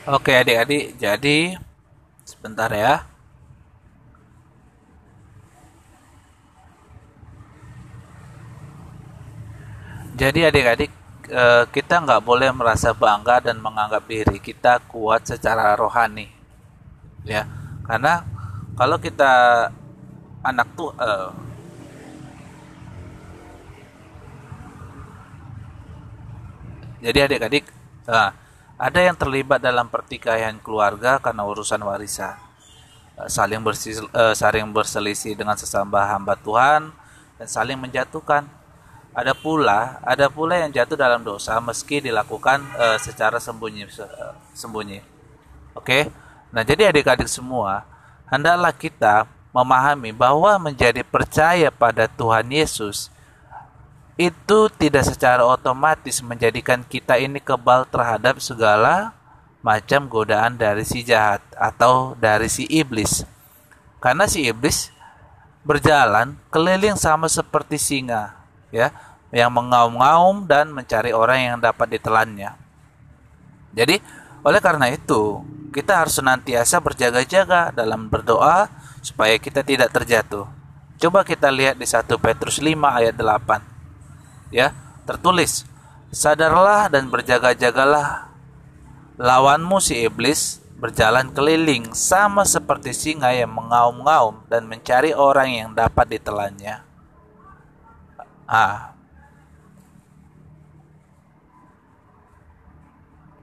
Oke adik-adik, jadi sebentar ya. Jadi adik-adik, kita nggak boleh merasa bangga dan menganggap diri kita kuat secara rohani, ya. Karena kalau kita anak tuh, jadi adik-adik, eh, ada yang terlibat dalam pertikaian keluarga karena urusan warisan, saling berselisih dengan sesama hamba Tuhan dan saling menjatuhkan. Ada pula yang jatuh dalam dosa meski dilakukan secara sembunyi. Oke. Nah, jadi adik-adik semua, hendaklah kita memahami bahwa menjadi percaya pada Tuhan Yesus itu tidak secara otomatis menjadikan kita ini kebal terhadap segala macam godaan dari si jahat atau dari si iblis. Karena si iblis berjalan keliling sama seperti singa, ya, yang mengaum-ngaum dan mencari orang yang dapat ditelannya. Jadi, oleh karena itu, kita harus senantiasa berjaga-jaga dalam berdoa supaya kita tidak terjatuh. Coba kita lihat di 1 Petrus 5 ayat 8. Ya, tertulis, "Sadarlah dan berjaga-jagalah, lawanmu si iblis berjalan keliling sama seperti singa yang mengaum-ngaum dan mencari orang yang dapat ditelannya."